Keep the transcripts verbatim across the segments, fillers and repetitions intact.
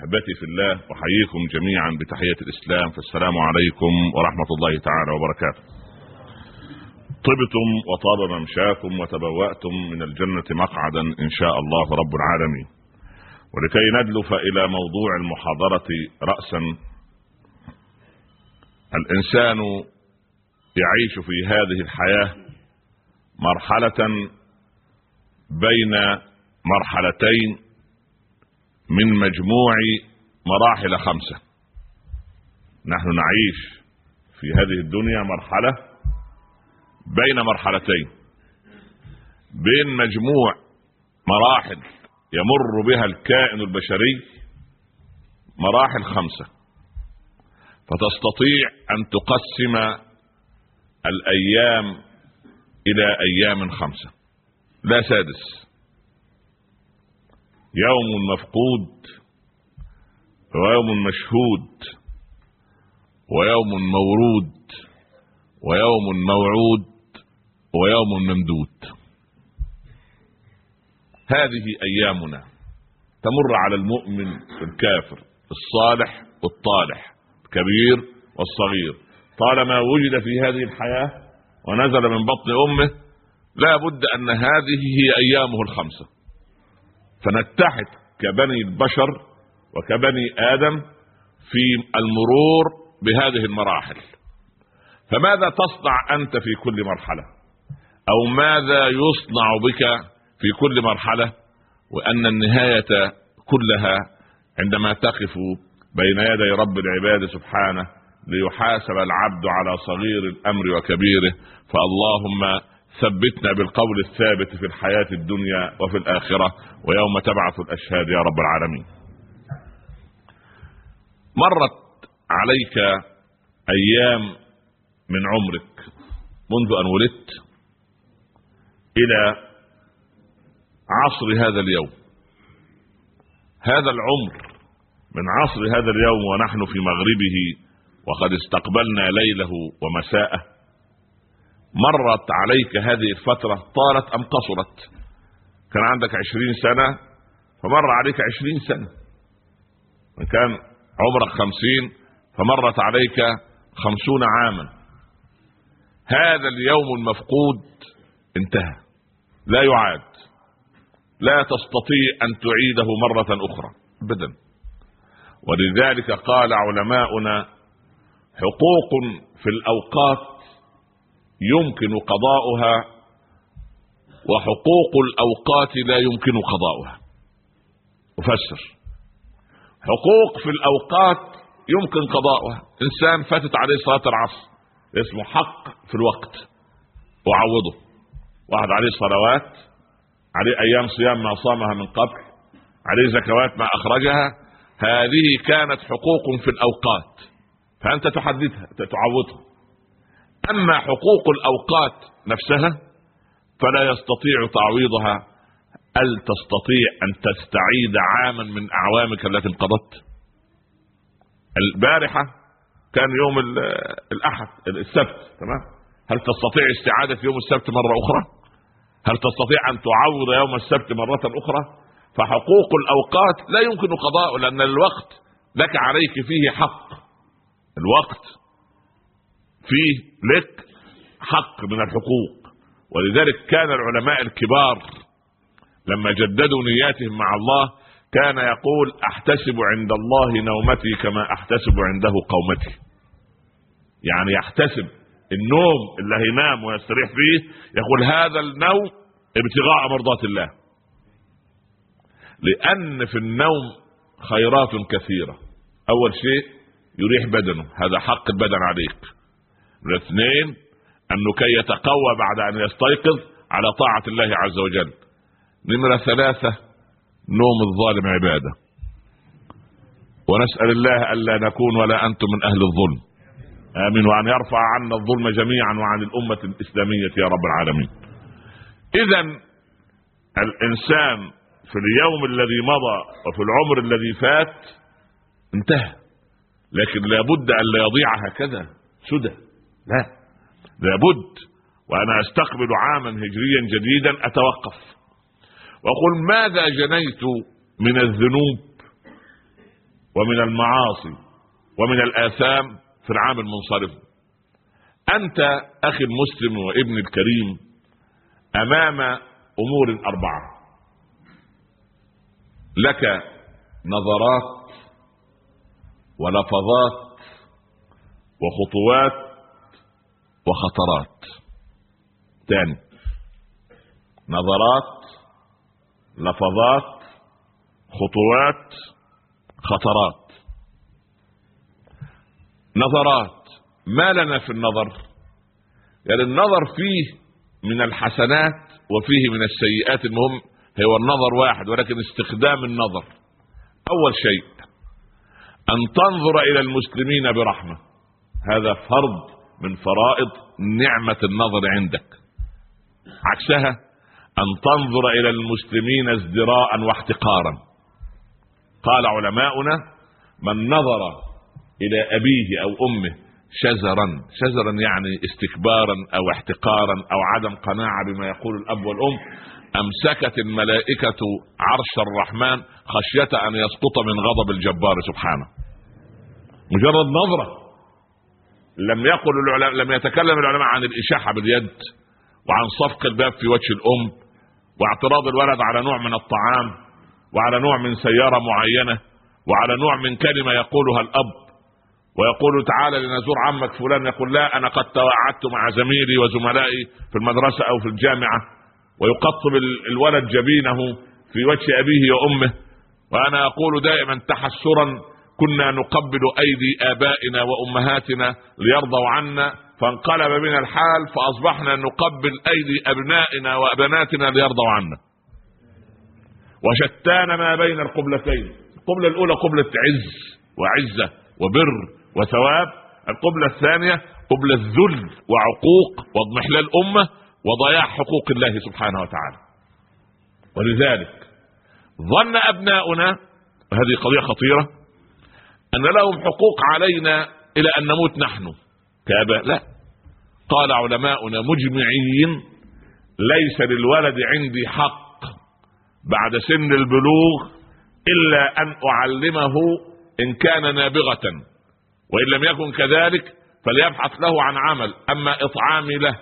أحبتي في الله، أحييكم جميعا بتحية الإسلام، فالسلام عليكم ورحمة الله تعالى وبركاته. طبتم وطاب ممشاكم وتبوأتم من الجنة مقعدا إن شاء الله رب العالمين. ولكي ندلف إلى موضوع المحاضرة رأسا، الإنسان يعيش في هذه الحياة مرحلة بين مرحلتين من مجموع مراحل خمسة. نحن نعيش في هذه الدنيا مرحلة بين مرحلتين، بين مجموع مراحل يمر بها الكائن البشري، مراحل خمسة، فتستطيع أن تقسم الأيام إلى أيام خمسة لا سادس. يوم مفقود، ويوم مشهود، ويوم مورود، ويوم موعود، ويوم ممدود. هذه أيامنا تمر على المؤمن والكافر، الصالح والطالح، الكبير والصغير، طالما وجد في هذه الحياة ونزل من بطن أمه لا بد أن هذه هي أيامه الخمسة. فنتحد كبني البشر وكبني آدم في المرور بهذه المراحل. فماذا تصنع أنت في كل مرحلة، أو ماذا يصنع بك في كل مرحلة، وأن النهاية كلها عندما تقف بين يدي رب العباد سبحانه ليحاسب العبد على صغير الأمر وكبيره. فاللهم ثبتنا بالقول الثابت في الحياة الدنيا وفي الآخرة ويوم تبعث الأشهاد يا رب العالمين. مرت عليك أيام من عمرك منذ أن ولدت إلى عصر هذا اليوم. هذا العمر من عصر هذا اليوم ونحن في مغربه وقد استقبلنا ليله ومساءه. مرت عليك هذه الفترة، طالت أم قصرت؟ كان عندك عشرين سنة فمر عليك عشرين سنة، كان عمرك خمسين فمرت عليك خمسون عاما. هذا اليوم المفقود انتهى، لا يعاد، لا تستطيع أن تعيده مرة أخرى أبدا. ولذلك قال علماؤنا: حقوق في الأوقات يمكن قضاؤها، وحقوق الأوقات لا يمكن قضاؤها. أفسر: حقوق في الأوقات يمكن قضاؤها. إنسان فاتت عليه صلاة العصر، اسمه حق في الوقت وعوضه. واحد عليه صلوات، عليه أيام صيام ما صامها من قبل، عليه زكوات ما أخرجها، هذه كانت حقوق في الأوقات فأنت تحددها تعوضها. أما حقوق الأوقات نفسها فلا يستطيع تعويضها. هل تستطيع أن تستعيد عاما من أعوامك التي انقضت؟ البارحة كان يوم الأحد السبت، تمام؟ هل تستطيع استعادة يوم السبت مرة أخرى؟ هل تستطيع أن تعوض يوم السبت مرة أخرى؟ فحقوق الأوقات لا يمكن قضاءه، لأن الوقت لك عليك فيه حق. الوقت فيه لك حق من الحقوق. ولذلك كان العلماء الكبار لما جددوا نياتهم مع الله كان يقول: أحتسب عند الله نومتي كما أحتسب عنده قومتي. يعني يحتسب النوم اللي هينام ويستريح فيه، يقول هذا النوم ابتغاء مرضات الله، لأن في النوم خيرات كثيرة. أول شيء يريح بدنه، هذا حق البدن عليك. الاثنين أنه كي يتقوى بعد أن يستيقظ على طاعة الله عز وجل. نمرة ثلاثة: نوم الظالم عبادة، ونسأل الله ألا نكون ولا أنتم من أهل الظلم، آمين، وأن يرفع عنا الظلم جميعا وعن الأمة الإسلامية يا رب العالمين. إذن الإنسان في اليوم الذي مضى وفي العمر الذي فات انتهى، لكن لابد أن لا يضيع هكذا سدى، لا، لابد وأنا أستقبل عاما هجريا جديدا أتوقف وأقول: ماذا جنيت من الذنوب ومن المعاصي ومن الآثام في العام المنصرف. أنت أخي المسلم وابن الكريم أمام أمور أربعة: لك نظرات ولفظات وخطوات وخطرات. تاني: نظرات، لفظات، خطوات، خطرات. نظرات: ما لنا في النظر؟ يعني النظر فيه من الحسنات وفيه من السيئات. المهم هو النظر واحد، ولكن استخدام النظر. أول شيء أن تنظر إلى المسلمين برحمة، هذا فرض من فرائض نعمة النظر عندك. عكسها أن تنظر إلى المسلمين ازدراء واحتقارا. قال علماؤنا: من نظر إلى أبيه أو أمه شزرا، شزرا يعني استكبارا أو احتقارا أو عدم قناعة بما يقول الأب والأم، أمسكت الملائكة عرش الرحمن خشية أن يسقط من غضب الجبار سبحانه. مجرد نظرة. لم يقل العلماء، لم يتكلم العلماء عن الإشاحة باليد وعن صفق الباب في وجه الأم واعتراض الولد على نوع من الطعام وعلى نوع من سيارة معينة وعلى نوع من كلمة يقولها الأب، ويقول تعالى لنزور عمك فلان، يقول لا أنا قد توعدت مع زميلي وزملائي في المدرسة أو في الجامعة، ويقطب الولد جبينه في وجه أبيه وأمه. وأنا أقول دائما تحسرا: كنا نقبل أيدي آبائنا وأمهاتنا ليرضوا عنا، فانقلب بنا الحال فأصبحنا نقبل أيدي أبنائنا وأبناتنا ليرضوا عنا. وشتان ما بين القبلتين. القبلة الأولى قبلة عز وعزة وبر وثواب، القبلة الثانية قبلة الذل وعقوق واضمحلال الأمة وضياع حقوق الله سبحانه وتعالى. ولذلك ظن أبناؤنا، وهذه قضية خطيرة، أن لهم حقوق علينا إلى أن نموت نحن كآباء. لا، قال علماؤنا مجمعين: ليس للولد عندي حق بعد سن البلوغ إلا أن أعلمه إن كان نابغة، وإن لم يكن كذلك فليبحث له عن عمل. أما إطعامي له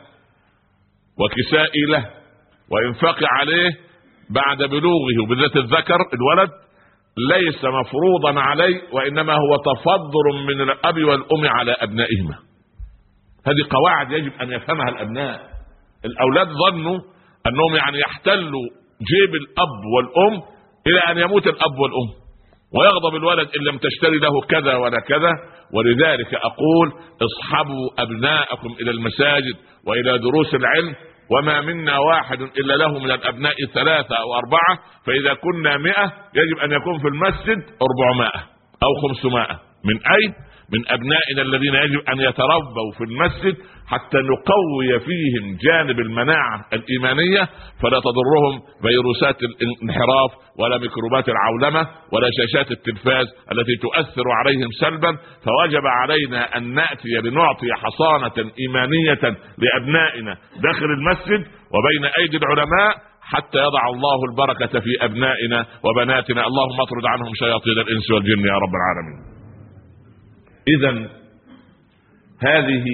وكسائي له وإنفاقي عليه بعد بلوغه، وبالذات الذكر الولد، ليس مفروضا عليه، وإنما هو تفضل من الأب والأم على أبنائهما. هذه قواعد يجب أن يفهمها الأبناء. الأولاد ظنوا أنهم يعني يحتلوا جيب الأب والأم إلى أن يموت الأب والأم، ويغضب الولد إن لم تشتري له كذا ولا كذا. ولذلك أقول: اصحبوا أبناءكم إلى المساجد وإلى دروس العلم، وما منا واحد إلا له من الأبناء ثلاثة أو أربعة، فإذا كنا مئة يجب أن يكون في المسجد أربعمائة أو خمسمائة. من أين؟ من أبنائنا الذين يجب أن يتربوا في المسجد حتى نقوي فيهم جانب المناعة الإيمانية، فلا تضرهم فيروسات الانحراف ولا ميكروبات العولمة ولا شاشات التلفاز التي تؤثر عليهم سلبا. فوجب علينا أن نأتي لنعطي حصانة إيمانية لأبنائنا داخل المسجد وبين أيدي العلماء حتى يضع الله البركة في أبنائنا وبناتنا. اللهم اطرد عنهم شياطين الإنس والجن يا رب العالمين. إذن هذه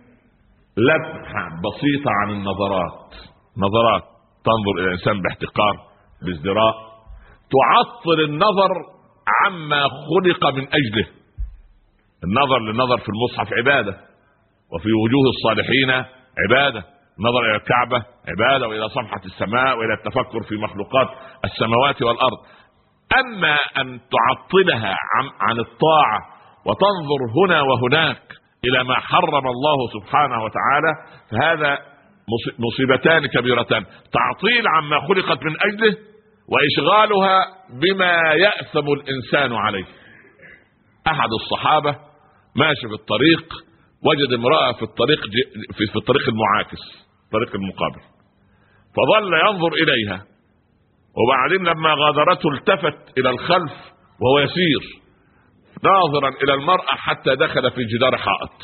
لمحة بسيطة عن النظرات. نظرات تنظر إلى الإنسان باحتقار بازدراء، تعطل النظر عما خلق من أجله. النظر للنظر في المصحف عبادة، وفي وجوه الصالحين عبادة. النظر إلى الكعبة عبادة، وإلى صفحة السماء، وإلى التفكر في مخلوقات السماوات والأرض. أما أن تعطلها عن الطاعة وتنظر هنا وهناك إلى ما حرم الله سبحانه وتعالى، فهذا مصيبتان كبيرتان: تعطيل عما خلقت من أجله، وإشغالها بما يأثم الإنسان عليه. أحد الصحابة ماشي في الطريق، وجد امرأة في الطريق في الطريق المعاكس، الطريق المقابل، فظل ينظر إليها، وبعدين لما غادرته التفت إلى الخلف وهو يسير ناظرا إلى المرأة حتى دخل في جدار حائط،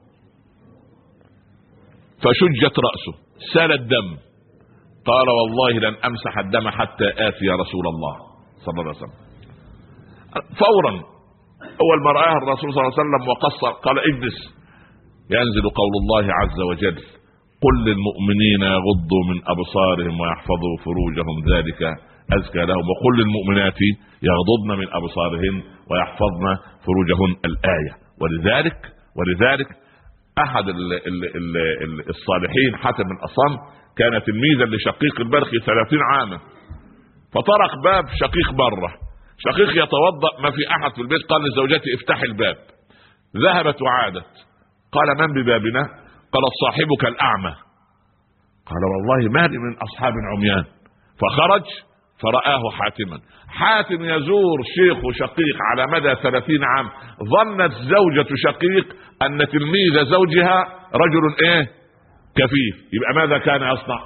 فشجت رأسه، سال الدم، قال: والله لن أمسح الدم حتى آتي يا رسول الله صلى الله عليه وسلم. فورا أول ما رآها الرسول صلى الله عليه وسلم وقصر قال اجلس. ينزل قول الله عز وجل قل للمؤمنين يغضوا من أبصارهم ويحفظوا فروجهم ذلك أزكى لهم وقل للمؤمنات يغضضن من أبصارهن ويحفظن فروجهن الآية. ولذلك ولذلك أحد ال ال ال ال الصالحين حاتم بن أصم كان تلميذا لشقيق البلخي ثلاثين عاما، فطرق باب شقيق بره، شقيق يتوضأ ما في أحد في البيت، قال لزوجته افتح الباب، ذهبت وعادت، قال من ببابنا؟ قالت صاحبك الأعمى. قال والله ما لي من أصحاب عميان. فخرج فرآه حاتما. حاتم يزور شيخ شقيق على مدى ثلاثين عام، ظنت زوجة شقيق أن تلميذ زوجها رجل ايه كفيف، يبقى ماذا كان يصنع؟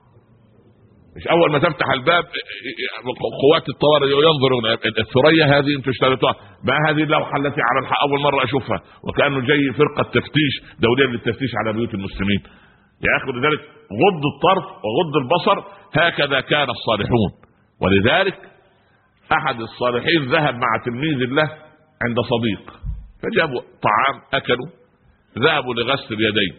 مش أول ما تفتح الباب قوات الطوارئ ينظرون الثريا هذه انتم اشتريتوها، ما هذه اللوحة التي على الحق أول مرة أشوفها، وكأنه جاي فرقة تفتيش دولية للتفتيش على بيوت المسلمين. يأخذ ذلك غض الطرف وغض البصر، هكذا كان الصالحون. ولذلك أحد الصالحين ذهب مع تلميذ له عند صديق، فجابوا طعام أكلوا، ذهبوا لغسل اليدين،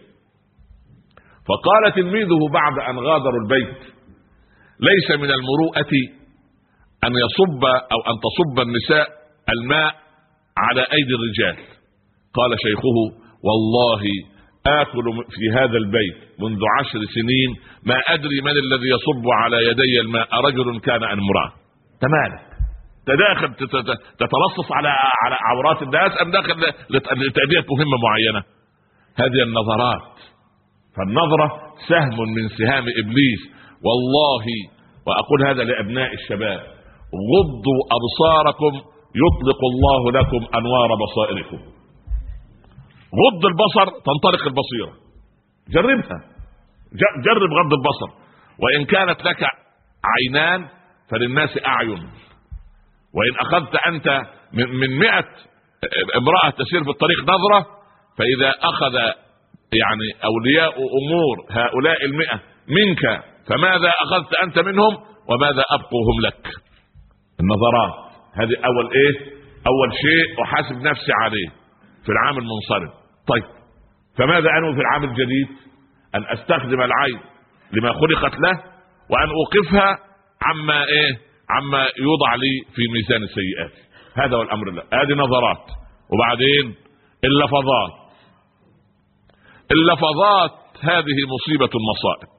فقال تلميذه بعد أن غادروا البيت ليس من المروءة أن يصب أو أن تصب النساء الماء على أيدي الرجال. قال شيخه والله آكل في هذا البيت منذ عشر سنين ما أدري من الذي يصب على يدي الماء، رجل كان أم امرأة. تمالك تداخل تتلصص على على عورات الناس أم داخل لتأدية مهمة معينة؟ هذه النظرات، فالنظرة سهم من سهام إبليس. والله وأقول هذا لأبناء الشباب، غضوا أبصاركم يطلق الله لكم أنوار بصائركم. غض البصر تنطلق البصيرة، جربها، جرب غض البصر. وإن كانت لك عينان فللناس أعين، وإن أخذت أنت من مئة امرأة تسير في الطريق نظرة، فإذا أخذ يعني أولياء أمور هؤلاء المئة منك فماذا أخذت أنت منهم وماذا أبقوهم لك؟ النظرات هذه أول إيه؟ أول شيء أحاسب نفسي عليه في العام المنصرم. طيب فماذا أنوي في العام الجديد؟ أن أستخدم العين لما خلقت له، وأن أوقفها عما إيه؟ عما يوضع لي في ميزان السيئات. هذا هو الأمر الله. هذه نظرات. وبعدين اللفظات، اللفظات هذه مصيبة المصائب.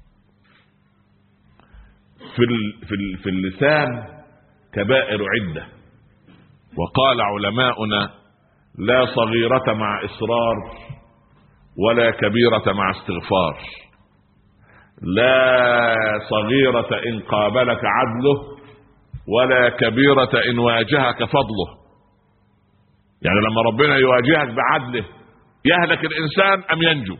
في في في اللسان كبائر عدة، وقال علماؤنا لا صغيرة مع إصرار ولا كبيرة مع استغفار، لا صغيرة إن قابلك عدله ولا كبيرة إن واجهك فضله. يعني لما ربنا يواجهك بعدله يهلك الإنسان أم ينجو؟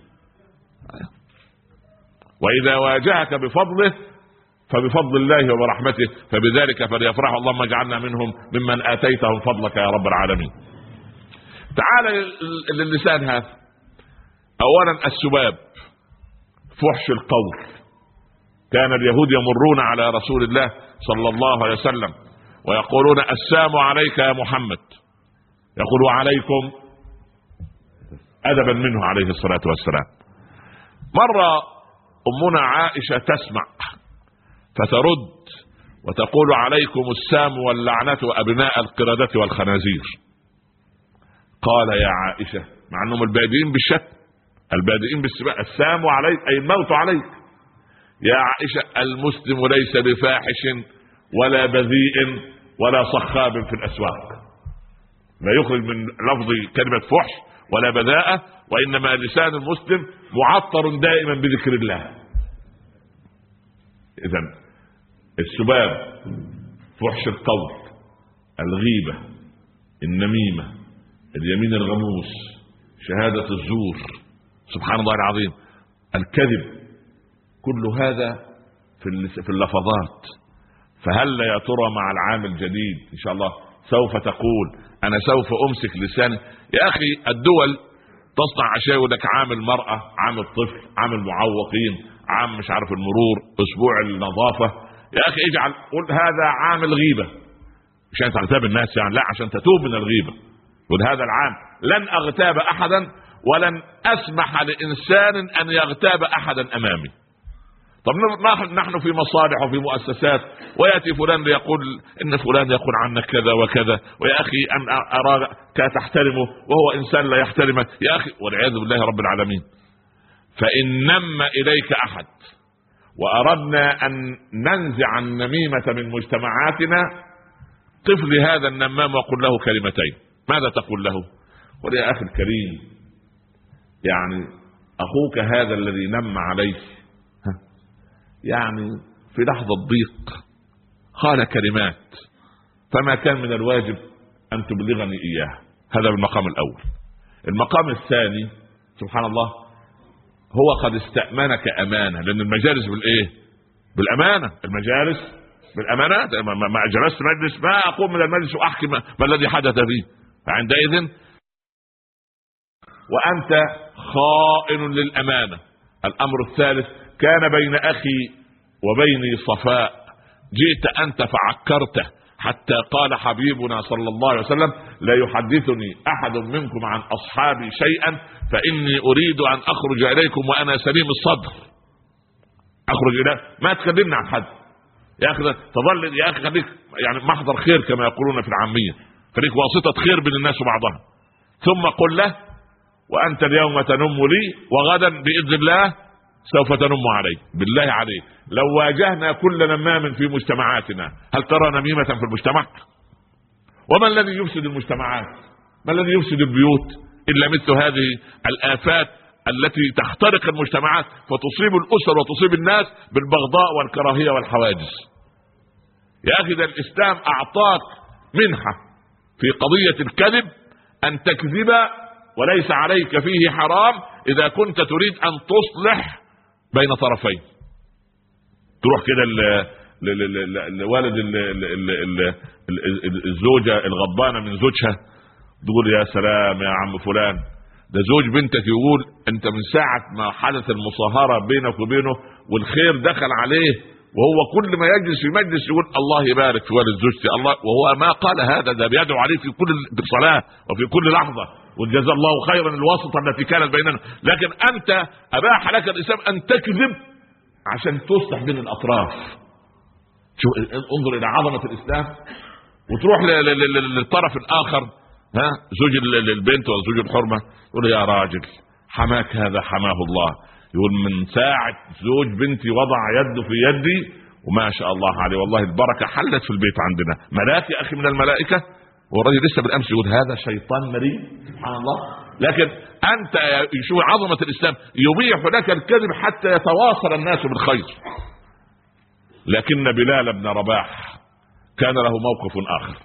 وإذا واجهك بفضله فبفضل الله وبرحمته فبذلك فليفرحوا. اللهم اجعلنا منهم ممن آتيتهم فضلك يا رب العالمين. تعال للسان هذا. أولا السباب، فحش القول. كان اليهود يمرون على رسول الله صلى الله عليه وسلم ويقولون السلام عليك يا محمد، يقول عليكم، أدبا منه عليه الصلاة والسلام. مرة أمنا عائشة تسمع فترد وتقول عليكم السام واللعنة وأبناء القردة والخنازير. قال يا عائشة، مع أنهم البادئين بالشتم، البادئين بالسباق، السام عليك أي الموت عليك. يا عائشة المسلم ليس بفاحش ولا بذيء ولا صخاب في الأسواق، لا يخرج من لفظ كلمة فحش ولا بذاءة، وإنما لسان المسلم معطر دائما بذكر الله. إذن السباب، فحش القول، الغيبة، النميمة، اليمين الغموس، شهادة الزور، سبحان الله العظيم، الكذب، كل هذا في اللفظات. فهل يا ترى مع العام الجديد إن شاء الله سوف تقول أنا سوف أمسك لساني؟ يا أخي الدول تصنع أشياء، لك عام المرأة، عام الطفل، عام المعوقين، عام مش عارف المرور، أسبوع النظافة. يا أخي اجعل، قل هذا عام الغيبة، مش أنت تعتاب الناس يعني، لا، عشان تتوب من الغيبة. وهذا العام لن أغتاب أحدا ولن أسمح لإنسان أن يغتاب أحدا أمامي. طب نحن في مصالح وفي مؤسسات، ويأتي فلان ليقول إن فلان يقول عنك كذا وكذا، ويا أخي أن أراك تحترمه وهو إنسان لا يحترمك يا أخي، والعياذ بالله رب العالمين. فإن نم إليك أحد وأردنا أن ننزع النميمة من مجتمعاتنا، قف لهذا النمام وقل له كلمتين. ماذا تقول له؟ قل يا أخي الكريم، يعني أخوك هذا الذي نم عليه يعني في لحظة ضيق قال كلمات، فما كان من الواجب أن تبلغني إياها. هذا المقام الأول. المقام الثاني سبحان الله، هو قد استأمنك أمانة، لأن المجالس بالإيه؟ بالأمانة. المجالس بالأمانات. ما جلست مجلس ما أقوم من المجلس وأحكي ما, ما الذي حدث فيه. فعندئذ وأنت خائن للأمانة. الأمر الثالث، كان بين أخي وبيني صفاء، جئت أنت فعكرته حتى قال حبيبنا صلى الله عليه وسلم: لا يحدثني أحد منكم عن أصحابي شيئا فإني أريد أن أخرج إليكم وأنا سليم الصدر. أخرج إليه ما تكلمنا عن حد يا أخي، تظل يا أخي خليك يعني محضر خير كما يقولون في العامية، خليك واسطة خير بين الناس وبعضها. ثم قل له: وأنت اليوم تنم لي وغدا بإذن الله سوف تنم علي. بالله عليك لو واجهنا كل نمام في مجتمعاتنا، هل ترى نميمة في المجتمع؟ وما الذي يفسد المجتمعات؟ ما الذي يفسد البيوت إلا مثل هذه الآفات التي تخترق المجتمعات فتصيب الأسر وتصيب الناس بالبغضاء والكراهية والحواجز. يا أخي ده الإسلام أعطاك منحة في قضية الكذب، أن تكذب وليس عليك فيه حرام إذا كنت تريد أن تصلح بين طرفين. تروح كده لوالد الزوجة الغضبانة من زوجها، تقول: يا سلام يا عم فلان، ده زوج بنتك يقول انت من ساعة ما حدث المصاهرة بينك وبينه والخير دخل عليه، وهو كل ما يجلس في مجلس يقول الله يبارك في والد زوجتي الله، وهو ما قال هذا، ده بيدعو عليه في كل صلاة وفي كل لحظة، وجزا الله خيرا الواسطة التي كانت بيننا. لكن انت اباح لك الاسلام ان تكذب عشان تصلح بين الاطراف. شوف انظر الى عظمة الاسلام. وتروح للطرف الاخر، ها زوج البنت وزوج الحرمة، يقول: يا راجل حماك هذا حماه الله، يقول من ساعة زوج بنتي وضع يده في يدي وما شاء الله عليه والله البركة حلت في البيت عندنا، ملاك يا أخي من الملائكة. والرجل لسه بالأمس يقول هذا شيطان مريض سبحان الله. لكن أنت شو عظمة الإسلام، يبيح لك الكذب حتى يتواصل الناس بالخير. لكن بلال بن رباح كان له موقف آخر.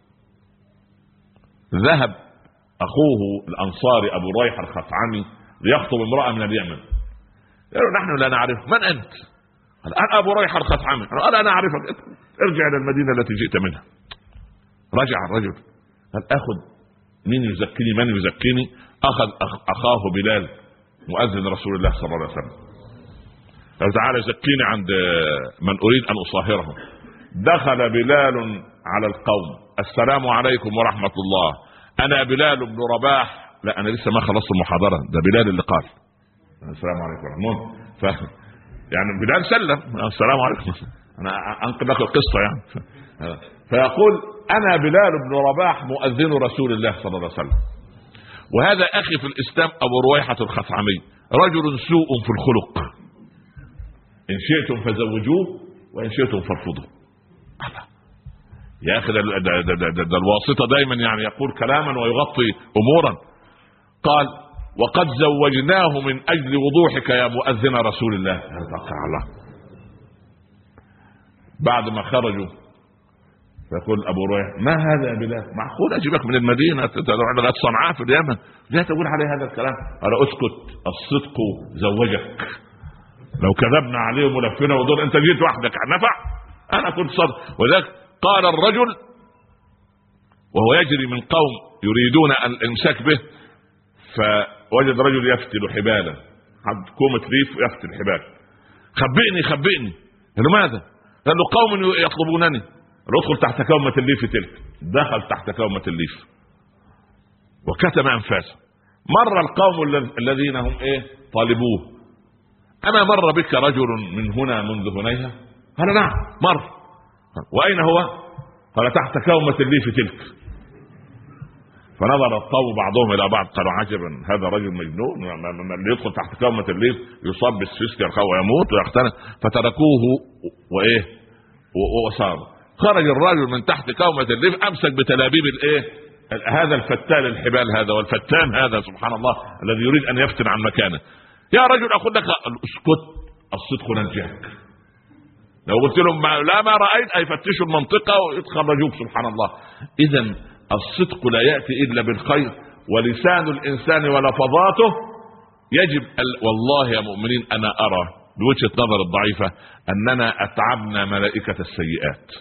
ذهب أخوه الأنصاري أبو ريحة الخثعمي ليخطب امرأة من اليمن. قالوا: نحن لا نعرف. من أنت؟ قال: أنا أبو ريحة الخثعمي. قال: أنا أعرفك، ارجع إلى المدينة التي جئت منها. رجع الرجل قال: أخذ من يزكيني من يزكيني. أخذ أخاه بلال مؤذن رسول الله صلى الله عليه وسلم، قال: تعالى زكيني عند من أريد أن أصاهرهم. دخل بلال على القوم: السلام عليكم ورحمة الله، أنا بلال بن رباح. لا أنا لسه ما خلصت المحاضرة، ده بلال اللي قال السلام عليكم ورحمة الله. ف... يعني بلال سلم السلام عليكم، أنا أنقل لك القصة يعني. فيقول: أنا بلال بن رباح مؤذن رسول الله صلى الله عليه وسلم. وهذا أخي في الإسلام أبو رويحة الخثعمي، رجل سوء في الخلق، إن شئتم فزوجوه وإن شئتم فارفضوه. يا أخي ده, ده, ده, ده, ده الواسطة دايما يعني يقول كلاما ويغطي أمورا. قال: وقد زوجناه من أجل وضوحك يا مؤذن رسول الله. الله. بعد ما خرجوا فيقول أبو رويح: ما هذا يا بلال؟ معقول أجيبك من المدينة تروح لغاية صنعاء في اليمن لا تقول عليه هذا الكلام؟ قال: اسكت، الصدق زوجك، لو كذبنا عليه ملفنا ودور أنت جيت وحدك نفع؟ أنا كنت صدق. وذلك قال الرجل وهو يجري من قوم يريدون الامساك به، فوجد رجل يفتل حبالا، حد كومة ليف يفتل حبال. خبئني خبئني. قال له: ماذا؟ قال له: قوم يطلبونني. ادخل تحت كومة الليف تلك. دخل تحت كومة الليف. وكتم أنفاسه. مر القوم الذين هم إيه طالبوه: أما مر بك رجل من هنا منذ هنيها؟ قال: نعم مر. وأين هو؟ قال: تحت كومة الليف تلك. فنظر القوم بعضهم إلى بعض قالوا: عجبا، هذا رجل مجنون، اللي يدخل تحت كومة الليف يصاب بالسفسك ويموت ويختنق. فتركوه وإيه وصار. خرج الرجل من تحت كومة الليف، أمسك بتلابيب الإيه هذا الفتال الحبال هذا والفتان هذا سبحان الله الذي يريد أن يفتن عن مكانه. يا رجل أقول لك اسكت، الصدق نجاك. لو قلت لهم ما لا ما رأيت هيفتشوا المنطقة ويتخرجوك سبحان الله. إذن الصدق لا يأتي إلا بالخير، ولسان الإنسان ولفظاته يجب ال... والله يا مؤمنين أنا أرى بوجهة نظر الضعيفة أننا أتعبنا ملائكة السيئات.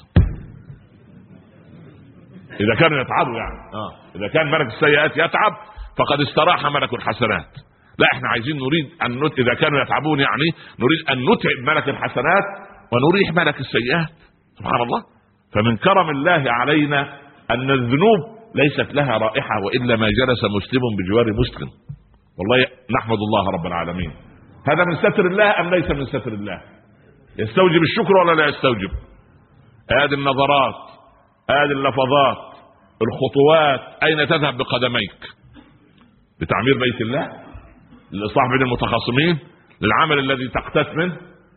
إذا كانوا يتعبوا يعني آه. إذا كان ملك السيئات يتعب فقد استراح ملك الحسنات. لا، احنا عايزين نريد أن نت... إذا كانوا يتعبون يعني نريد أن نتعب ملك الحسنات ونريح ملك السيئات سبحان الله. فمن كرم الله علينا أن الذنوب ليست لها رائحة، وإلا ما جلس مسلم بجوار مسلم. والله نحمد الله رب العالمين. هذا من ستر الله أم ليس من ستر الله؟ يستوجب الشكر ولا لا يستوجب؟ هذه النظرات، هذه اللفظات، الخطوات، أين تذهب بقدميك؟ لتعمير بيت الله، لإصلاح بين المتخاصمين، للعمل الذي تقتات منه،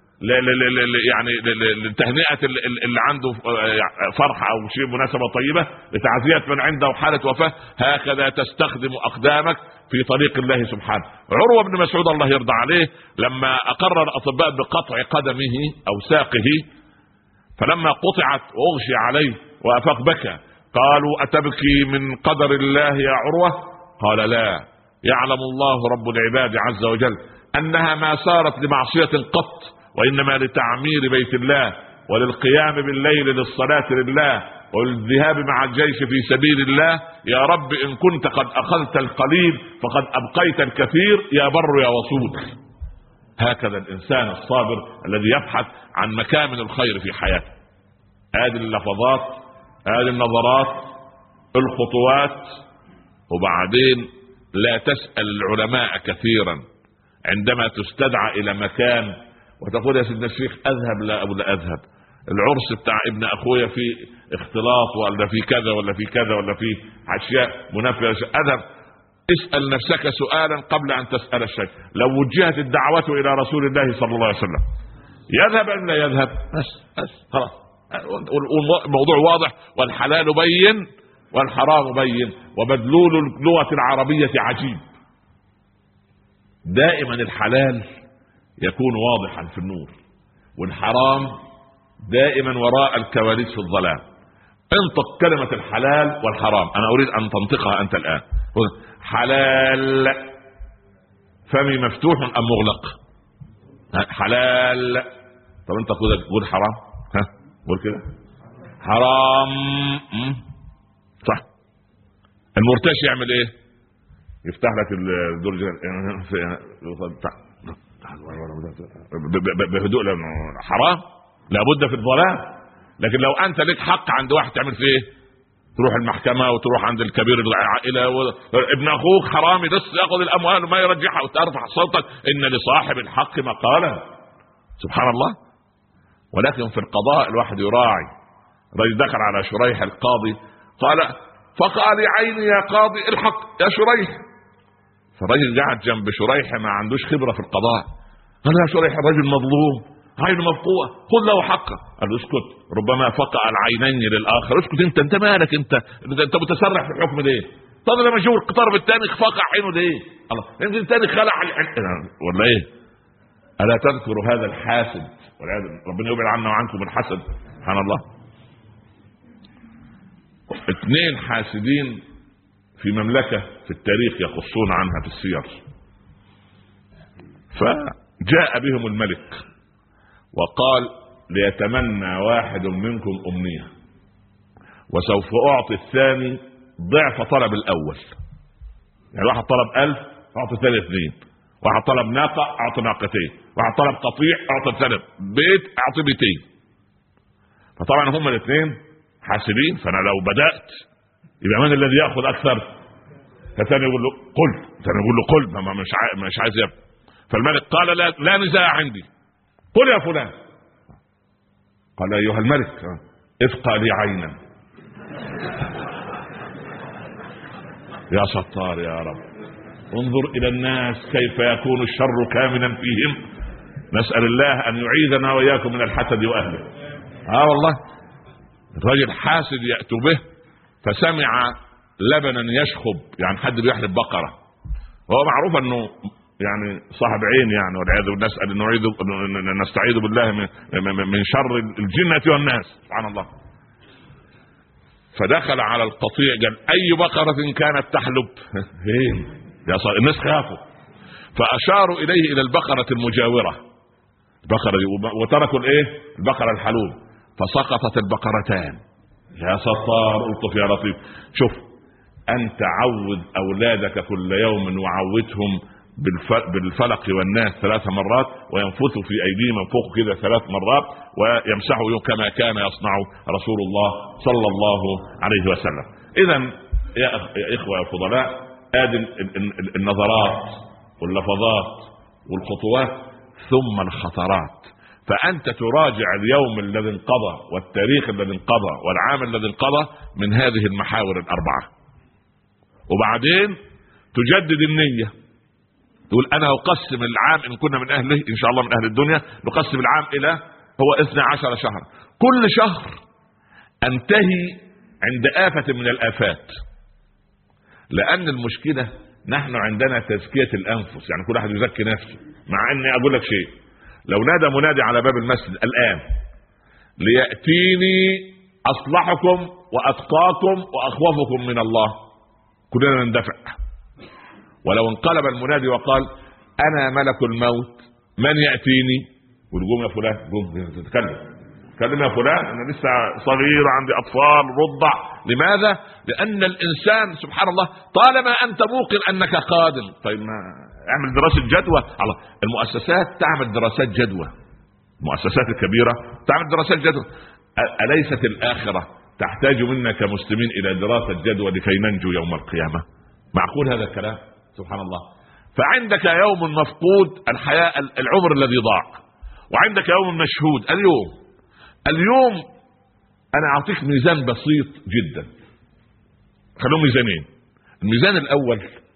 يعني لتهنئة اللي عنده فرحة أو شيء مناسبة طيبة، لتعزية من عنده حالة وفاة. هكذا تستخدم أقدامك في طريق الله سبحانه. عروة بن مسعود الله يرضى عليه لما أقر الأطباء بقطع قدمه أو ساقه، فلما قطعت وأغشي عليه وأفاق بكى. قالوا: أتبكي من قدر الله يا عروة؟ قال: لا، يعلم الله رب العباد عز وجل أنها ما صارت لمعصية قط، وإنما لتعمير بيت الله وللقيام بالليل للصلاة لله والذهاب مع الجيش في سبيل الله. يا رب إن كنت قد أخذت القليل فقد أبقيت الكثير، يا بر يا وصول. هكذا الإنسان الصابر الذي يبحث عن مكامن الخير في حياته. هذه اللفظات، هذه النظرات، الخطوات. وبعدين لا تسأل العلماء كثيرا عندما تستدعى إلى مكان وتقول: يا سيدنا الشيخ أذهب لا أو لا أذهب، العرس بتاع ابن أخويا في اختلاط ولا في كذا ولا في كذا ولا في أشياء منافية، أذهب. اسأل نفسك سؤالا قبل أن تسأل الشيء. لو وجهت الدعوة إلى رسول الله صلى الله عليه وسلم يذهب أم لا يذهب؟ بس بس خلاص، الموضوع واضح. والحلال بين والحرام بين، ومدلول اللغة العربية عجيب. دائما الحلال يكون واضحا في النور، والحرام دائما وراء الكواليس في الظلام. انطق كلمة الحلال والحرام، أنا أريد أن تنطقها أنت الآن. حلال، فمي مفتوح أم مغلق؟ حلال. طب أنت تقول حرام؟ ها قول كده حرام. صح. المرتشي يعمل ايه؟ يفتح لك الدرج بهدوء لانه حرام، لابد في الظلام. لكن لو انت لك حق عند واحد تعمل فيه ايه؟ تروح المحكمة وتروح عند الكبير العائلة و... ابن اخوك حرامي بس ياخذ الاموال وما يرجعها، وترفع صوتك ان لصاحب الحق مقالا. سبحان الله. ولكن في القضاء الواحد يراعي. رجل دخل على شريح القاضي قال: فقال: عيني يا قاضي الحق يا شريح. فالرجل قاعد جنب شريح ما عندوش خبرة في القضاء، قال: يا شريح الرجل مظلوم عينه مفقوعة، خذ له حقه. قال له: اسكت، ربما فقع العينين للآخر. اسكت انت انت مالك انت انت متسرح في الحكم ليه؟ طب لما يشوف القطار الثاني فقع عينه ليه؟ الله، يمكن الثاني خلع ولا ايه؟ ألا تذكر هذا الحاسد؟ ربنا يبعد عنا وعنكم الحسد. سبحان الله. اثنين حاسدين في مملكة في التاريخ يقصون عنها في السير. فجاء بهم الملك وقال: ليتمنى واحد منكم أمنية وسوف أعطي الثاني ضعف طلب الأول. يعني واحد طلب ألف أعطي الثاني اثنين، واحد طلب ناقة أعطي ناقتين، واحد طلب قطيع أعطي الثاني بيت أعطي بيتين. فطبعا هم الاثنين حاسبين. فأنا لو بدأت يبقى من الذي يأخذ أكثر؟ فثاني يقول له قل، ثاني يقول له قل، ما مش عايز مش عايز يبقى. فالملك قال لا, لا نزاع عندي، قل يا فلان. قال ايها الملك افقى لي عينا. يا ستار يا رب، انظر الى الناس كيف يكون الشر كامنا فيهم. نسأل الله ان يعيذنا واياكم من الحسد واهله. اه والله الرجل حاسد يأتوا به، فسمع لبنا يشخب، يعني حد بيحلب بقرة، وهو معروف انه يعني صاحب عين يعني، والعياذ بالله، نسأل ان نعيذ نستعيذ بالله من من شر الجنة والناس، سبحان الله. فدخل على القطيع قال اي بقرة كانت تحلب؟ يا صاحب الناس خافوا، فاشاروا اليه الى البقرة المجاورة، البقرة دي، وتركوا الايه البقرة الحلوب، فسقطت البقرتان. يا ستار الطف يا لطيف. شوف انت عود اولادك كل يوم وعودهم بالفلق والناس ثلاث مرات، وينفثوا في ايديهم من فوق كذا ثلاث مرات، ويمسحوا كما كان يصنع رسول الله صلى الله عليه وسلم. اذا يا اخوه يا فضلاء، ادي النظرات واللفظات والخطوات ثم الخطرات. فانت تراجع اليوم الذي انقضى والتاريخ الذي انقضى والعام الذي انقضى من هذه المحاور الاربعه، وبعدين تجدد النيه، تقول انا اقسم العام ان كنا من اهله ان شاء الله من اهل الدنيا، نقسم العام الى هو اثنا عشر شهرا، كل شهر انتهي عند آفة من الآفات. لان المشكلة نحن عندنا تزكية الانفس، يعني كل واحد يزكي نفسه. مع اني اقول لك شيء، لو نادى منادي على باب المسجد الان ليأتيني اصلحكم واتقاكم واخوفكم من الله، كلنا نندفع. ولو انقلب المنادي وقال انا ملك الموت من يأتيني، ونقوم يا فلان قوم تتكلم تتكلم يا فلان، انا لسه صغير عندي اطفال رضع. لماذا؟ لان الانسان سبحان الله طالما انت موقن انك قادم، طيب ما اعمل دراسة جدوى. الله، المؤسسات تعمل دراسات جدوى، المؤسسات الكبيرة تعمل دراسات جدوى. أليست الآخرة تحتاج منا كمسلمين إلى دراسة جدوى لكي ننجو يوم القيامة؟ معقول هذا الكلام؟ سبحان الله. فعندك يوم مفقود، الحياة العمر الذي ضاع، وعندك يوم مشهود اليوم. اليوم أنا أعطيك ميزان بسيط جدا، خلوهم ميزانين. الميزان الأول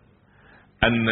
أن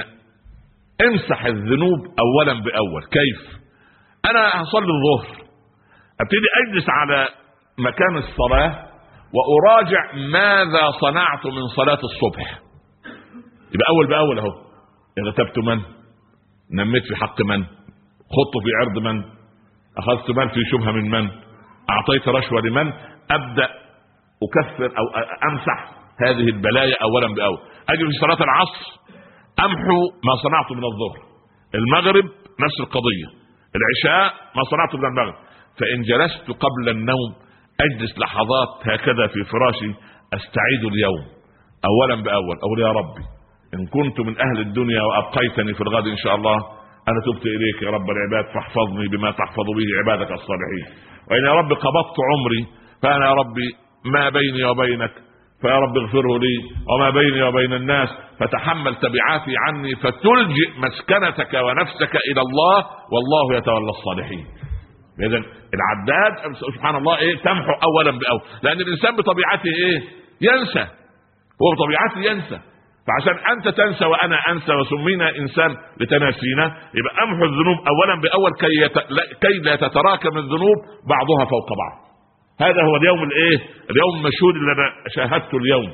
امسح الذنوب أولا بأول. كيف؟ أنا هصلي الظهر، ابتدي اجلس على مكان الصلاة واراجع ماذا صنعت من صلاة الصبح. يبقى اول باول اهو، اغتبت من، نميت في حق من، خضت في عرض من، اخذت مال في شبهة من من، اعطيت رشوة لمن. ابدأ اكفر او امسح هذه البلايا اولا باول. اجي في صلاة العصر امحو ما صنعت من الظهر، المغرب نفس القضية، العشاء ما صنعت من المغرب. فإن جلست قبل النوم أجلس لحظات هكذا في فراشي أستعيد اليوم أولا بأول. أقول يا ربي إن كنت من أهل الدنيا وأبقيتني في الغد إن شاء الله أنا تبت إليك يا رب العباد، فاحفظني بما تحفظ به عبادك الصالحين. وإن يا رب قبضت عمري فأنا يا ربي ما بيني وبينك، فيا رب اغفره لي، وما بيني وبين الناس فتحمل تبعاتي عني، فتلجئ مسكنتك ونفسك إلى الله والله يتولى الصالحين. إذن العداد سبحان الله ايه تمحو اولا باول، لان الانسان بطبيعته ايه ينسى، هو بطبيعته ينسى. فعشان انت تنسى وانا انسى وسمينا انسان لتناسينا، يبقى امحو الذنوب اولا باول كي, يت... كي لا تتراكم الذنوب بعضها فوق بعض. هذا هو اليوم الايه اليوم المشهود اللي انا شاهدته اليوم.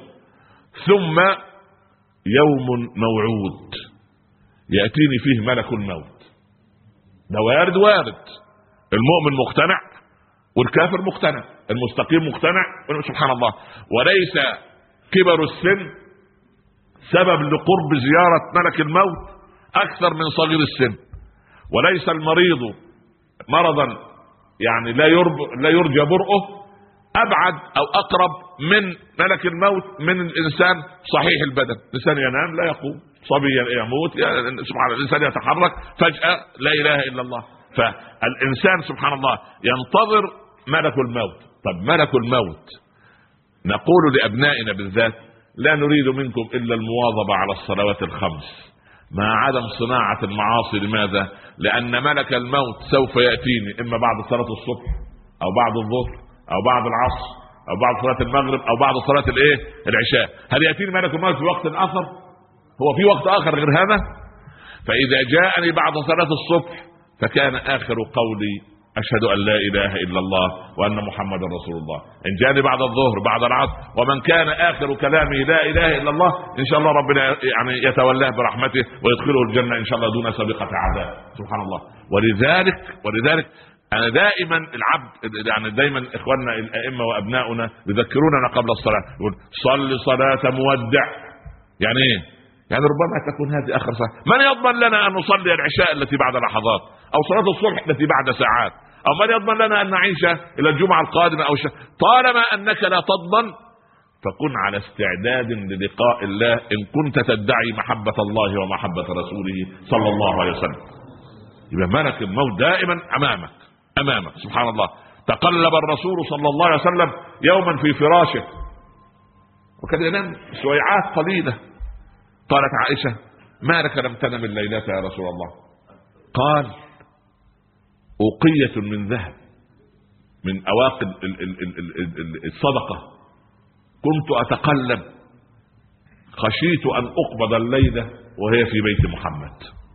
ثم يوم موعود يأتيني فيه ملك الموت. ده وارد وارد، المؤمن مقتنع والكافر مقتنع، المستقيم مقتنع، سبحان الله. وليس كبر السن سبب لقرب زيارة ملك الموت أكثر من صغير السن، وليس المريض مرضا يعني لا يرجى لا يرجى برؤه أبعد أو أقرب من ملك الموت من الإنسان صحيح البدن. الإنسان ينام لا يقوم، صبي يموت، سبحان الله، الإنسان يتحرك فجأة لا إله إلا الله. فالإنسان سبحان الله ينتظر ملك الموت. طب ملك الموت نقول لأبنائنا بالذات لا نريد منكم إلا المواظبة على الصلوات الخمس مع عدم صناعة المعاصي. لماذا؟ لأن ملك الموت سوف يأتيني إما بعد صلاة الصبح أو بعد الظهر أو بعد العصر أو بعد صلاة المغرب أو بعد صلاة الإيه العشاء. هل يأتيني ملك الموت في وقت آخر؟ هو في وقت آخر غير هذا؟ فإذا جاءني بعد صلاة الصبح فكان آخر قولي أشهد أن لا إله إلا الله وأن محمد رسول الله. إن جاني بعد الظهر بعد العصر ومن كان آخر كلامه لا إله إلا الله إن شاء الله ربنا يعني يتولاه برحمته ويدخله الجنة إن شاء الله دون سابقة عذاب. سبحان الله. ولذلك ولذلك أنا دائما العبد يعني دائما إخواننا الأئمة وأبناؤنا يذكروننا قبل الصلاة يقول صل صلاة مودع. يعني إيه؟ يعني ربما تكون هذه آخر صلاة. من يضمن لنا أن نصلي العشاء التي بعد لحظات أو صلاة الصبح التي بعد ساعات أو من يضمن لنا أن نعيش إلى الجمعة القادمة أو شيء. طالما أنك لا تضمن فكن على استعداد للقاء الله إن كنت تدعي محبة الله ومحبة رسوله صلى الله عليه وسلم. يبقى ملك الموت دائما أمامك أمامك. سبحان الله. تقلب الرسول صلى الله عليه وسلم يوما في فراشه وكان ينام سويعات قليلة. قالت عائشة ما لك لم تنم الليلة يا رسول الله؟ قال أوقية من ذهب من أواقي الصدقة كنت أتقلب خشيت أن أقبض الليلة وهي في بيت محمد.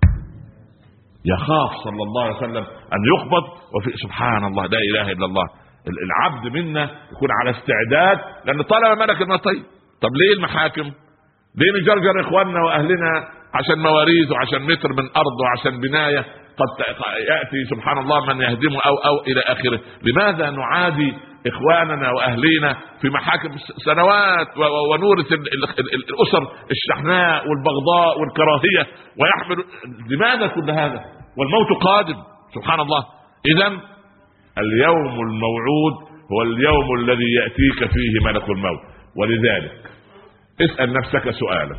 يخاف صلى الله عليه وسلم أن يقبض وفي سبحان الله لا إله إلا الله. العبد منا يكون على استعداد لأن طالما ملك المطيب. طب ليه المحاكم؟ ليه نجرجر إخواننا وأهلنا عشان مواريث وعشان متر من أرض وعشان بناية قد يأتي سبحان الله من يهدمه أو أو إلى آخره؟ لماذا نعادي إخواننا وأهلينا في محاكم سنوات ونورث الأسر الشحناء والبغضاء والكراهية ويحمل؟ لماذا كل هذا والموت قادم؟ سبحان الله. إذن اليوم الموعود هو اليوم الذي يأتيك فيه ملك الموت. ولذلك اسأل نفسك سؤالا: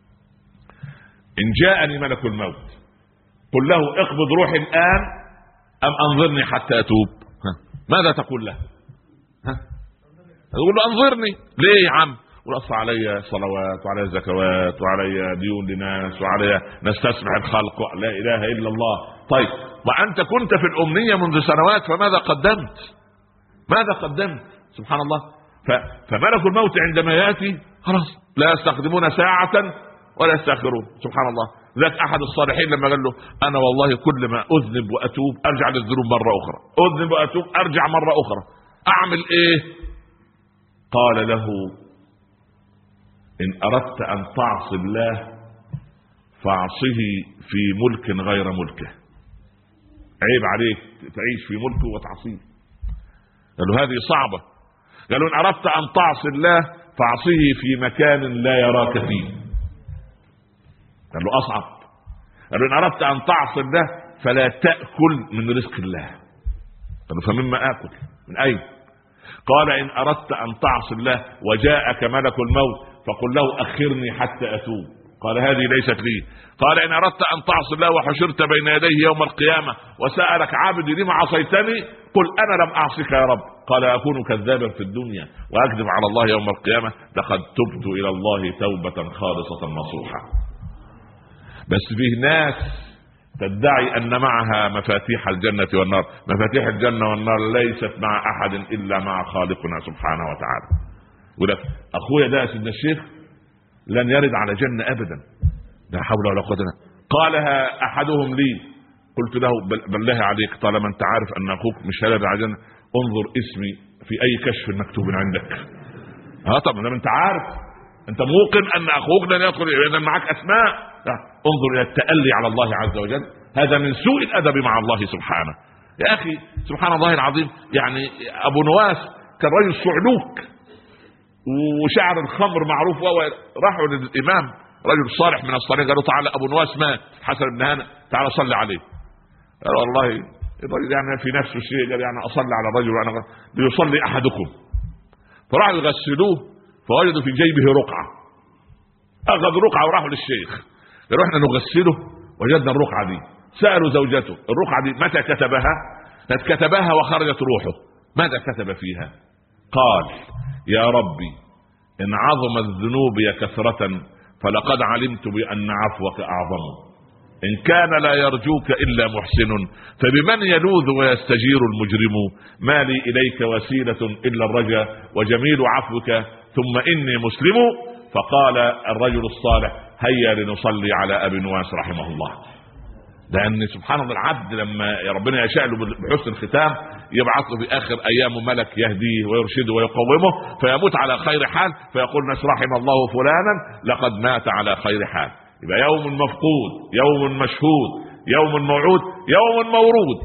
إن جاءني ملك الموت قل له اقبض روحي الآن أم أنظرني حتى أتوب؟ ماذا تقول له؟ تقول له أنظرني. ليه يا عم؟ ولأصل علي صلوات وعلي زكوات وعلي ديون لناس وعلي نستسمع الخلق لا إله إلا الله. طيب وأنت كنت في الأمنية منذ سنوات فماذا قدمت؟ ماذا قدمت؟ سبحان الله. فملك الموت عندما يأتي خلاص لا يستخدمون ساعة ولا يستأخرون. سبحان الله. ذاك أحد الصالحين لما قال له أنا والله كل ما أذنب وأتوب أرجع للذنوب مرة أخرى، أذنب وأتوب أرجع مرة أخرى، أعمل إيه؟ قال له إن أردت أن تعصي الله فاعصه في ملك غير ملكه. عيب عليك تعيش في ملكه وتعصيه. قالوا هذه صعبة. قالوا إن أردت أن تعصي الله فاعصه في مكان لا يراك فيه. قالوا أصعب. قالوا إن أردت أن تعصي الله فلا تأكل من رزق الله. قالوا فمما آكل؟ من أين؟ قال إن أردت أن تعصي الله وجاءك ملك الموت فقل له أخرني حتى أتوب. قال هذه ليست لي. قال إن أردت أن تعصي الله وحشرت بين يديه يوم القيامة وسألك عبدي لما عصيتني قل أنا لم أعصك يا رب. قال أكون كذابا في الدنيا وأكذب على الله يوم القيامة؟ لقد تبت إلى الله توبة خالصة نصوحة. بس فيه ناس تدعي أن معها مفاتيح الجنة والنار. مفاتيح الجنة والنار ليست مع أحد إلا مع خالقنا سبحانه وتعالى. ولك أخويا ده سيدنا الشيخ لن يرد على جنة أبدا، لا حول ولا قوة. قالها أحدهم لي قلت له بالله عليك طالما أنت عارف أن أخوك مش هيرد على جنة انظر اسمي في أي كشف مكتوب عندك. ها طبعا لما أنت عارف أنت موقن أن أخوك لن يدخل إذا معك أسماء. انظر إلى التألي على الله عز وجل. هذا من سوء الأدب مع الله سبحانه. يا أخي سبحان الله العظيم. يعني أبو نواس كان رجل صعلوك وشعر الخمر معروف. راحوا للإمام رجل صالح من الصالحين قالوا تعالى أبو نواس مات حسن بن هانئ تعالى صلي عليه. قال والله الرجل يعني في نفسه شيء قال يعني أصلي على الرجل وأنا ليصلي أحدكم. فراحوا يغسلوه فوجدوا في جيبه رقعة. أخذوا رقعة وراحوا للشيخ قالوا احنا نغسله وجدنا الرقعة دي. سألوا زوجته الرقعة دي متى كتبها؟ كتبها وخرجت روحه. ماذا كتب فيها؟ قال يا ربي إن عظمت ذنوبي كثرة فلقد علمت بأن عفوك أعظم. إن كان لا يرجوك إلا محسن فبمن يلوذ ويستجير المجرم. ما لي إليك وسيلة إلا الرجا وجميل عفوك ثم إني مسلم. فقال الرجل الصالح هيا لنصلي على أبي نواس رحمه الله. لأن سبحان الله العبد لما ربنا يشاء له بحسن الختام يبعث له في آخر أيام ملك يهديه ويرشده ويقومه فيموت على خير حال فيقول ناس رحم الله فلانا لقد مات على خير حال. يبقى يوم مفقود، يوم مشهود، يوم موعود، يوم مورود.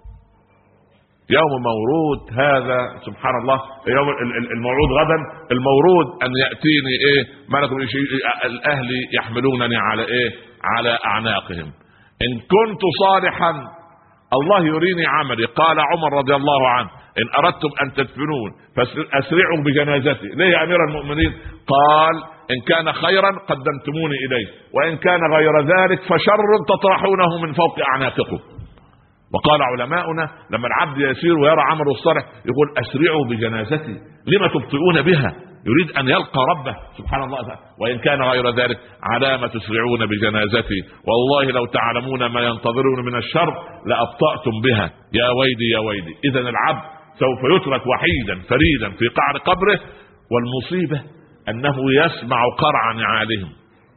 يوم مورود هذا سبحان الله يوم الموعود غدا. المورود أن يأتيني إيه ملك الأهل يحملونني على إيه على أعناقهم. إن كنت صالحا الله يريني عملي. قال عمر رضي الله عنه إن أردتم أن تدفنون فأسرعوا بجنازتي. ليه يا أمير المؤمنين؟ قال إن كان خيرا قدمتموني إليه وإن كان غير ذلك فشر تطرحونه من فوق أعناقكم. وقال علماؤنا لما العبد يسير ويرى عمله الصالح يقول أسرعوا بجنازتي لما تبطئون بها. يريد أن يلقى ربه سبحان الله. وإن كان غير ذلك على ما تسرعون بجنازتي والله لو تعلمون ما ينتظرون من الشر لأبطأتم بها. يا ويلي يا ويلي. إذن العبد سوف يترك وحيدا فريدا في قعر قبره. والمصيبة أنه يسمع قرع نعالهم.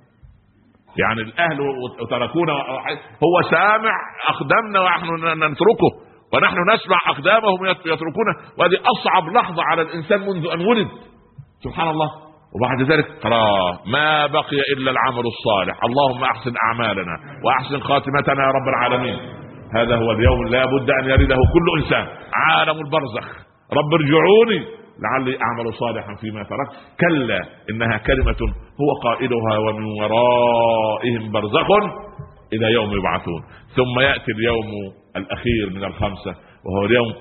يعني الأهل تركونا هو سامع أقدامنا ونحن نتركه ونحن نسمع أقدامهم يتركونا. وهذه أصعب لحظة على الإنسان منذ أن ولد سبحان الله. وبعد ذلك ترى ما بقي إلا العمل الصالح. اللهم أحسن أعمالنا وأحسن خاتمتنا يا رب العالمين. هذا هو اليوم لا بد أن يرده كل إنسان. عالم البرزخ. رب ارجعوني لعلي أعمل صالحا فيما تركت. كلا إنها كلمة هو قائلها ومن ورائهم برزخ إلى يوم يبعثون. ثم يأتي اليوم الأخير من الخمسة وهو اليوم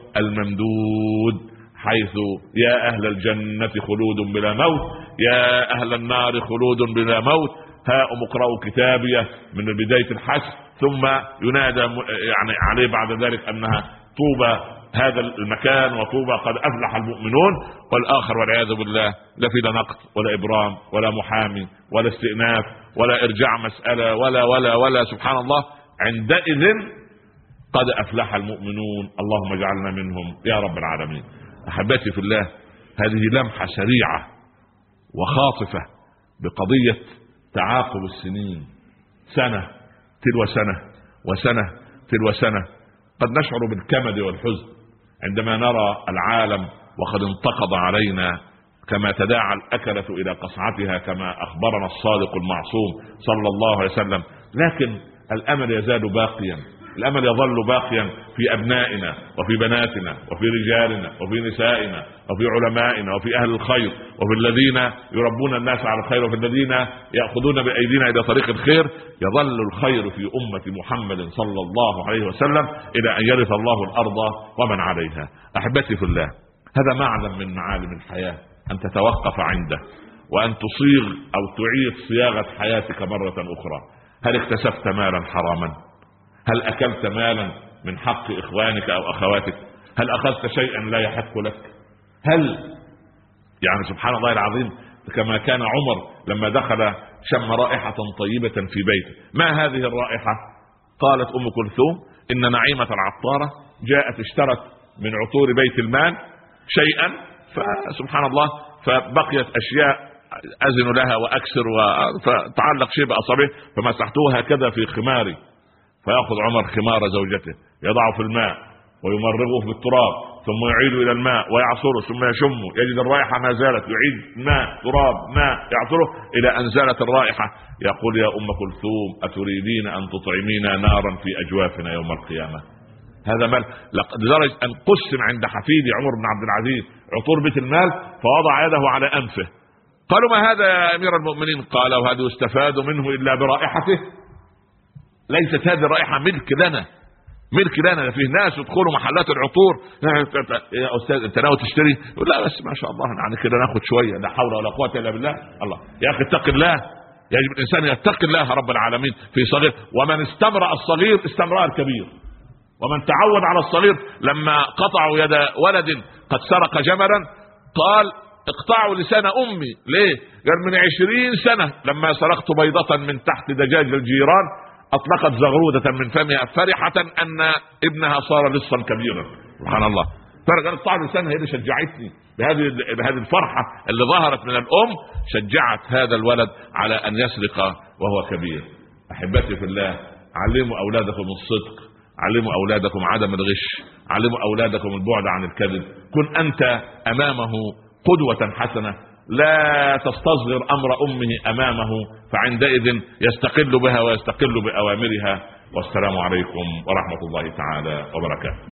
الممدود حيث يا أهل الجنة خلود بلا موت يا أهل النار خلود بلا موت هاؤم اقرأوا كتابيه من بداية الحشر. ثم ينادى يعني عليه بعد ذلك أنها طوبى هذا المكان وطوبى قد أفلح المؤمنون. والآخر والعياذ بالله لا في لا نقد ولا إبرام ولا محامي ولا استئناف ولا إرجاع مسألة ولا ولا ولا سبحان الله. عندئذ قد أفلح المؤمنون. اللهم اجعلنا منهم يا رب العالمين. أحبتي في الله هذه لمحة سريعة وخاطفة بقضية تعاقب السنين. سنة تلو سنة وسنة تلو سنة. قد نشعر بالكمد والحزن عندما نرى العالم وقد انتقض علينا كما تداعى الأكلة إلى قصعتها كما أخبرنا الصادق المعصوم صلى الله عليه وسلم. لكن الأمل يزال باقيا. الأمل يظل باقيا في أبنائنا وفي بناتنا وفي رجالنا وفي نسائنا وفي علمائنا وفي أهل الخير وفي الذين يربون الناس على الخير وفي الذين يأخذون بأيدينا إلى طريق الخير. يظل الخير في أمة محمد صلى الله عليه وسلم إلى أن يرث الله الأرض ومن عليها. أحبتي في الله هذا معلم من معالم الحياة أن تتوقف عنده وأن تصيغ أو تعيد صياغة حياتك مرة أخرى. هل اكتسبت مالا حراما؟ هل أكلت مالا من حق إخوانك أو أخواتك؟ هل أخذت شيئا لا يحق لك؟ هل يعني سبحان الله العظيم كما كان عمر لما دخل شم رائحة طيبة في بيته. ما هذه الرائحة؟ قالت أم كلثوم إن نعيمة العطارة جاءت اشترت من عطور بيت المال شيئا فسبحان الله فبقيت أشياء أزن لها وأكسر فتعلق شيء بأصابعه فمسحتوها هكذا في خماري. فيأخذ عمر خمار زوجته يضعه في الماء ويمرغه في التراب ثم يعيد إلى الماء ويعصره ثم يشمه يجد الرائحة ما زالت يعيد ماء تراب ماء يعصره إلى أن زالت الرائحة. يقول يا أم كلثوم أتريدين أن تطعمينا نارا في أجوافنا يوم القيامة؟ هذا مال لدرجة أن قسم عند حفيدي عمر بن عبد العزيز عطور بيت المال فوضع يده على أنفه. قالوا ما هذا يا أمير المؤمنين؟ قال وهذا يستفاد منه إلا برائحته. ليست هذه الرائحة ملك لنا ملك لنا. فيه ناس يدخلوا محلات العطور يا أستاذ أنت ناوي تشتري؟ يقول لا بس ما شاء الله يعني كده ناخد شوية لا حول ولا قوة إلا بالله. الله يا أخي اتق الله. يجب الإنسان يتقي الله رب العالمين في صغير. ومن استمرأ الصغير استمرأ الكبير. ومن تعود على الصغير لما قطعوا يد ولد قد سرق جملا قال اقطعوا لسان أمي. ليه؟ قال من عشرين سنة لما سرقت بيضة من تحت دجاج الجيران أطلقت زغرودة من فمها فرحة أن ابنها صار لصا كبيرا. سبحان الله. قال اقطعوا لسانها، هي اللي شجعتني بهذه بهذه الفرحة اللي ظهرت من الأم، شجعت هذا الولد على أن يسرق وهو كبير. أحبتي في الله، علموا أولادكم الصدق، علموا أولادكم عدم الغش، علموا أولادكم البعد عن الكذب. كن أنت أمامه قدوة حسنة، لا تستصغر أمر أمه أمامه، فعندئذ يستقل بها ويستقل بأوامرها. والسلام عليكم ورحمة الله تعالى وبركاته.